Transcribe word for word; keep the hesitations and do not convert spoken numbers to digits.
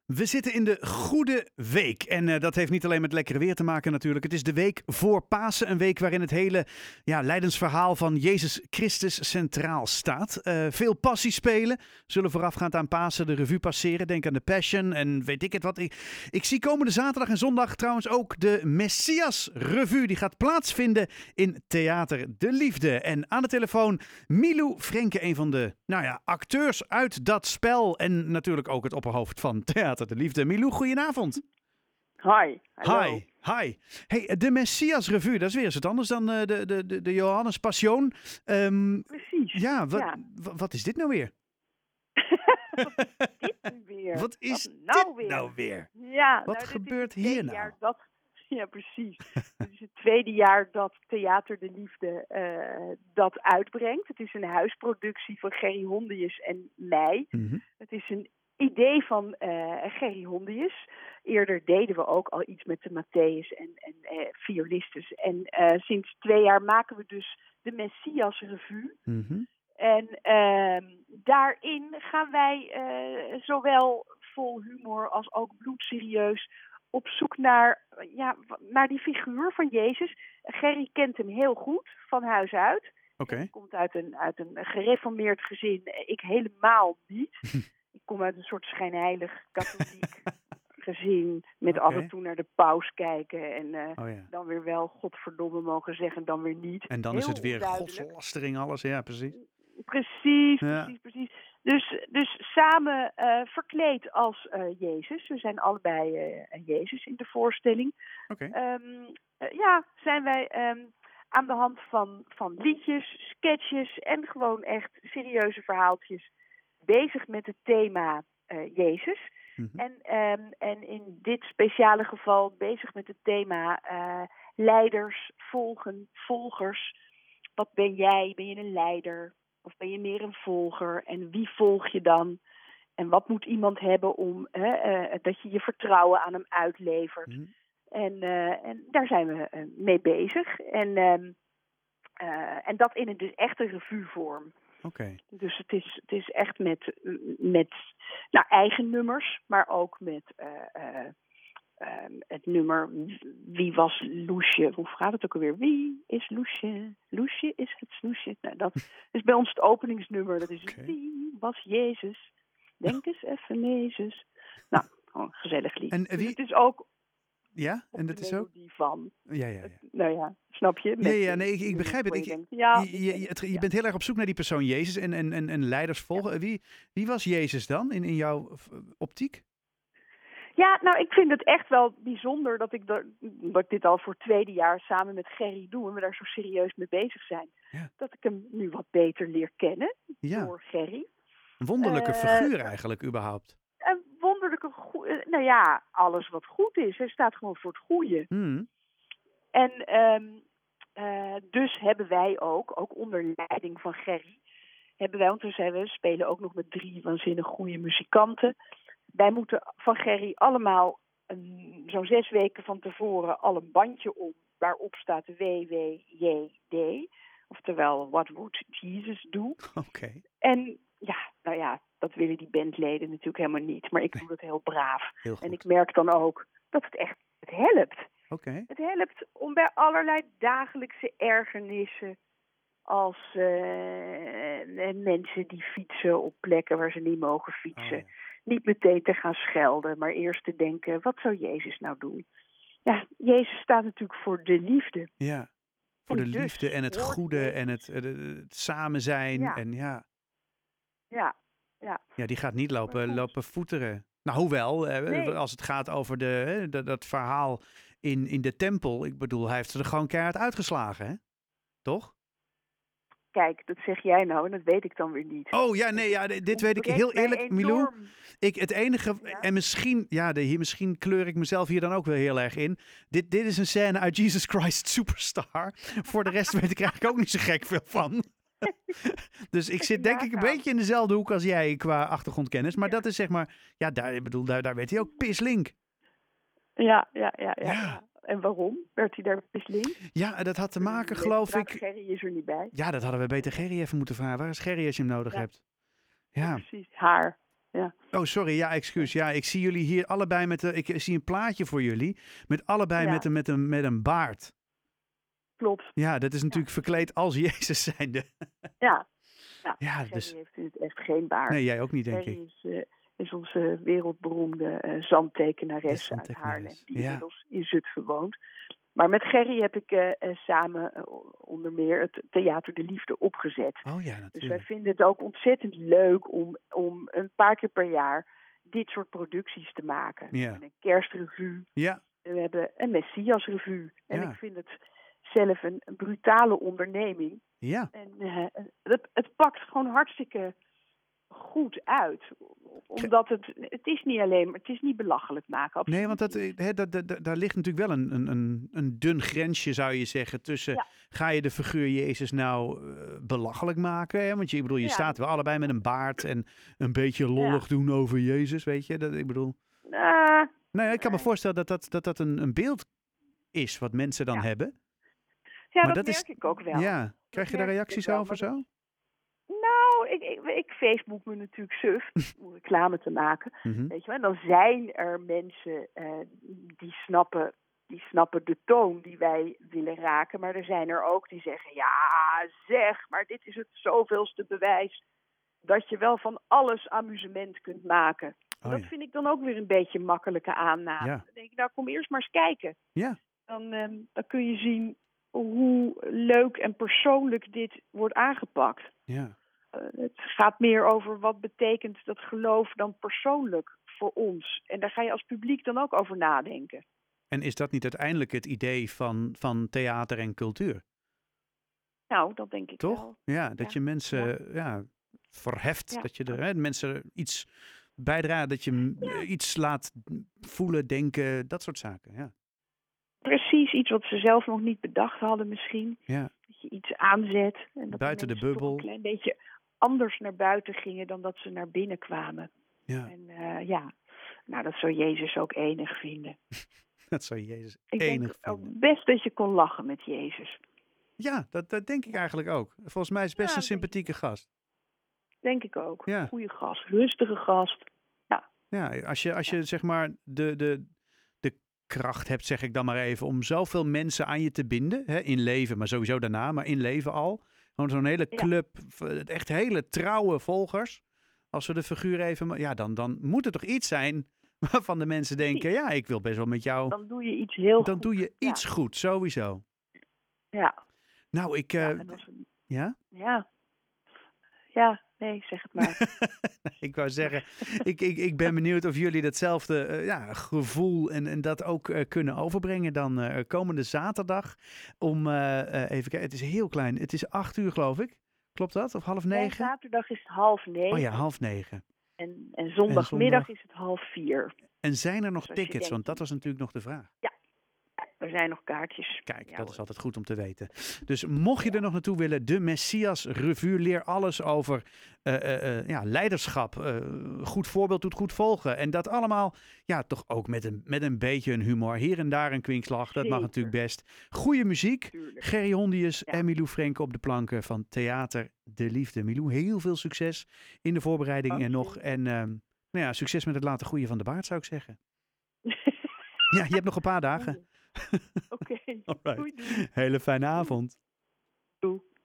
We zitten in de Goede Week en uh, dat heeft niet alleen met lekkere weer te maken natuurlijk. Het is de week voor Pasen, een week waarin het hele ja, lijdensverhaal van Jezus Christus centraal staat. Uh, veel passie spelen zullen voorafgaand aan Pasen de revue passeren. Denk aan de Passion en weet ik het wat. Ik, ik zie komende zaterdag en zondag trouwens ook de Messias Revue. Die gaat plaatsvinden in Theater de Liefde. En aan de telefoon Milou Frenke, een van de nou ja, acteurs uit dat spel en natuurlijk ook het opperhoofd van Theater de Liefde. Milou, goedenavond. Hi. Hallo. Hi. Hi. Hey, de Messias Revue, dat is weer eens wat anders dan uh, de, de, de, de Johannes Passion. Um, Precies. Ja, wat, ja. w- wat is dit nou weer? Wat is dit nu weer? Wat is Wat nou dit weer? nou weer? Ja, Wat nou, dit gebeurt is het hier tweede nou? jaar dat, ja, precies. Het is het tweede jaar dat Theater de Liefde uh, dat uitbrengt. Het is een huisproductie van Gerry Hondius en mij. Mm-hmm. Het is een idee van uh, Gerry Hondius. Eerder deden we ook al iets met de Matthäus en, en uh, violistes. En uh, sinds twee jaar maken we dus de Messias Revue. Mm-hmm. En uh, daarin gaan wij uh, zowel vol humor als ook bloedserieus op zoek naar, ja, naar die figuur van Jezus. Gerry kent hem heel goed, van huis uit. Oké. Hij komt uit een, uit een gereformeerd gezin. Ik helemaal niet. Ik kom uit een soort schijnheilig katholiek gezin. Met Oké. af en toe naar de paus kijken. En uh, Oh ja. dan weer wel godverdomme mogen zeggen, dan weer niet. En dan Heel is het weer onduidelijk. godslastering alles, ja precies. Precies, Ja. precies, precies. Dus, dus samen uh, verkleed als uh, Jezus. We zijn allebei uh, Jezus in de voorstelling. Oké. Um, uh, ja, zijn wij um, aan de hand van, van liedjes, sketches en gewoon echt serieuze verhaaltjes bezig met het thema uh, Jezus. Mm-hmm. En, um, en in dit speciale geval bezig met het thema uh, leiders, volgen, volgers. Wat ben jij? Ben je een leider? Of ben je meer een volger? En wie volg je dan? En wat moet iemand hebben om hè, uh, dat je je vertrouwen aan hem uitlevert? Mm-hmm. En, uh, en daar zijn we uh, mee bezig. En, uh, uh, en dat in een dus echte revuevorm. Oké. Okay. Dus het is, het is echt met, met nou, eigen nummers, maar ook met uh, uh, uh, het nummer Wie was Loesje? Hoe gaat het ook alweer? Wie is Loesje? Loesje is het snoesje. Nou, dat is bij ons het openingsnummer. Dat is Okay. Wie was Jezus? Denk eens even Jezus. Nou, gewoon een gezellig lied. En, uh, wie... Dus het is ook Ja, en dat is ook? Van. Ja, ja, ja. Het, nou ja, snap je? Nee, ja, nee, ik, ik begrijp het. Ik, denkt, ja, je, je, je, het, je bent heel erg op zoek naar die persoon Jezus en, en, en, en leiders volgen. Ja. Wie, wie was Jezus dan in, in jouw optiek? Ja, nou, ik vind het echt wel bijzonder dat ik, dat, dat ik dit al voor het tweede jaar samen met Gerry doe en we daar zo serieus mee bezig zijn. Ja. Dat ik hem nu wat beter leer kennen Ja. door Gerry. Een wonderlijke uh, figuur eigenlijk überhaupt. Een wonderlijke, goe- nou ja, alles wat goed is. Hij staat gewoon voor het goede. Hmm. En um, uh, dus hebben wij ook, ook onder leiding van Gerry, hebben wij, want we, zijn, we spelen ook nog met drie waanzinnig goede muzikanten. Wij moeten van Gerry allemaal een, zo'n zes weken van tevoren al een bandje om waarop staat W W J D. Oftewel, what would Jesus do? Oké. Okay. En ja, nou ja, dat willen die bandleden natuurlijk helemaal niet. Maar ik nee. doe dat heel braaf. Heel goed. En ik merk dan ook dat het echt het helpt. Oké. Okay. Het helpt om bij allerlei dagelijkse ergernissen als uh, mensen die fietsen op plekken waar ze niet mogen fietsen. Oh, ja. Niet meteen te gaan schelden, maar eerst te denken, wat zou Jezus nou doen? Ja, Jezus staat natuurlijk voor de liefde. Ja, voor en de dus liefde en het goede Jezus. En het, het, het samen zijn. Ja. En ja. Ja, ja. Ja, die gaat niet lopen, lopen voeteren. Nou, hoewel, nee. als het gaat over de, dat, dat verhaal in, in de tempel. Ik bedoel, hij heeft ze er gewoon keihard uitgeslagen, hè? Toch? Kijk, dat zeg jij nou en dat weet ik dan weer niet. Oh ja, nee, ja, dit weet ik heel eerlijk, Milou. Ik, het enige, ja? en misschien, ja, de, hier, misschien kleur ik mezelf hier dan ook wel heel erg in. Dit, dit is een scène uit Jesus Christ Superstar. Voor de rest weet ik eigenlijk ook niet zo gek veel van. Dus ik zit denk ik een beetje in dezelfde hoek als jij qua achtergrondkennis. Maar ja. Dat is zeg maar, ja, daar, ik bedoel, daar, daar werd hij ook pislink. Ja, ja, ja, ja. ja. ja. En waarom werd hij daar pislink? Ja, dat had te maken, geloof ik... Gerry is er niet bij. Ja, dat hadden we beter Gerry even moeten vragen. Waar is Gerry als je hem nodig ja. hebt? Ja. Precies, haar. Ja. Oh, sorry. Ja, excuus. Ja, ik zie jullie hier allebei met... een- Ik zie een plaatje voor jullie. Met allebei Ja. met, een, met, een, met een baard. Klopt. Ja, dat is natuurlijk verkleed als Jezus zijnde. Ja. Ja, Ja, Gerry dus... heeft in het echt geen baard. Nee, jij ook niet, denk Gerry ik. is, eh, is onze wereldberoemde eh zandtekenares De uit zandtekenares, Haarlem, die ja. inmiddels in Zutphen woont. Maar met Gerry heb ik eh, eh, samen eh, onder meer het Theater de Liefde opgezet. Oh ja, Dus wij natuurlijk. vinden het ook ontzettend leuk om, om een paar keer per jaar dit soort producties te maken. Ja. Een kerstrevue, Ja, we hebben een Messiasrevue. En Ja. ik vind het zelf een, een brutale onderneming. ja. En eh, het, het pakt gewoon hartstikke goed uit. Omdat het, het is niet alleen, maar het is niet belachelijk maken. absoluut Nee, want dat, niet. eh, hè, dat, dat, dat- daar ligt natuurlijk wel een, een, een, een dun grensje, zou je zeggen, tussen... Ja. Ga je de figuur Jezus nou eh, belachelijk maken? Hè? Want je, ik bedoel, je Ja. staat wel allebei met een baard en een beetje lollig doen over Jezus, weet je? Dat, ik bedoel... Ah, Nou ja, ik kan me Nee. voorstellen dat dat, dat, dat een, een beeld is wat mensen dan Ja. hebben. ja, Maar dat, dat is- merk ik ook wel. Ja, krijg je daar merk ik reacties wel, over maar zo? Nou, ik, ik, ik Facebook me natuurlijk suf om reclame te maken. Mhm. Weet je wel? En dan zijn er mensen eh, die snappen, die snappen de toon die wij willen raken. Maar er zijn er ook die zeggen, ja zeg, maar dit is het zoveelste bewijs dat je wel van alles amusement kunt maken. En Oh dat ja. vind ik dan ook weer een beetje makkelijke aanname. Ja. Dan denk ik, nou kom eerst maar eens kijken. Ja, Dan, ehm, dan kun je zien hoe leuk en persoonlijk dit wordt aangepakt. ja. Uh, het gaat meer over wat betekent dat geloof dan persoonlijk voor ons. En daar ga je als publiek dan ook over nadenken. En is dat niet uiteindelijk het idee van, van theater en cultuur? Nou, dat denk ik Toch? wel. Ja, dat Ja. je mensen ja. verheft. Ja. Dat je er, hè, mensen iets bijdraagt. Dat je m- Ja. iets laat voelen, denken. Dat soort zaken. Ja. Precies, iets wat ze zelf nog niet bedacht hadden misschien. Ja. Dat je iets aanzet. En dat Buiten de mensen toch bubbel. een klein beetje anders naar buiten gingen dan dat ze naar binnen kwamen. Ja. En uh, ja, nou dat zou Jezus ook enig vinden. Dat zou Jezus Ik enig denk ook vinden. best dat je kon lachen met Jezus. Ja, dat, dat denk ik eigenlijk ook. Volgens mij is het best Ja, een denk ik. sympathieke gast. Denk ik ook. Ja. Goeie gast, rustige gast. Ja, als je, als je zeg maar de, de, de kracht hebt, zeg ik dan maar even, om zoveel mensen aan je te binden. Hè, in leven, maar sowieso daarna, maar in leven al. Gewoon zo'n hele Ja. club, v- echt hele trouwe volgers. Als we de figuur even... ma- Ja, dan, dan moet er toch iets zijn waarvan de mensen denken... Ja, ik wil best wel met jou... Dan doe je iets heel Dan goed. doe je Ja. iets goed, sowieso. Ja. Nou, ik... Ja, eh, en als een- ja? ja. Ja, nee, zeg het maar. Ik wou zeggen, ik, ik, ik ben benieuwd of jullie datzelfde eh, ja, gevoel en, en dat ook eh, kunnen overbrengen dan eh, komende zaterdag. Om, eh, eh, even kijken, het is heel klein, het is acht uur geloof ik. Klopt dat? Of half Nee, negen? zaterdag is het half negen. Oh ja, half negen. En, en zondagmiddag zondag? is het half vier. En zijn er nog Dus als je tickets? denkt- Want dat was natuurlijk nog de vraag. Er zijn nog kaartjes. Kijk, Ja, dat is hoor. altijd goed om te weten. Dus mocht je er nog naartoe willen, de Messias Revue, leer alles over eh, eh, eh, ja, leiderschap. eh, goed voorbeeld doet goed volgen. En dat allemaal, ja, toch ook met een, met een beetje een humor. Hier en daar een kwinkslag, dat mag Zeker. natuurlijk best. Goede muziek. Tuurlijk. Gerry Hondius Ja. en Milou Frenke op de planken van Theater de Liefde. Milou, heel veel succes in de voorbereiding Dank en je. nog. En ehm, nou ja, succes met het laten groeien van de baard, zou ik zeggen. Ja, je hebt nog een paar dagen. Oké. Alright. Doei, doei. Hele fijne avond. Doei.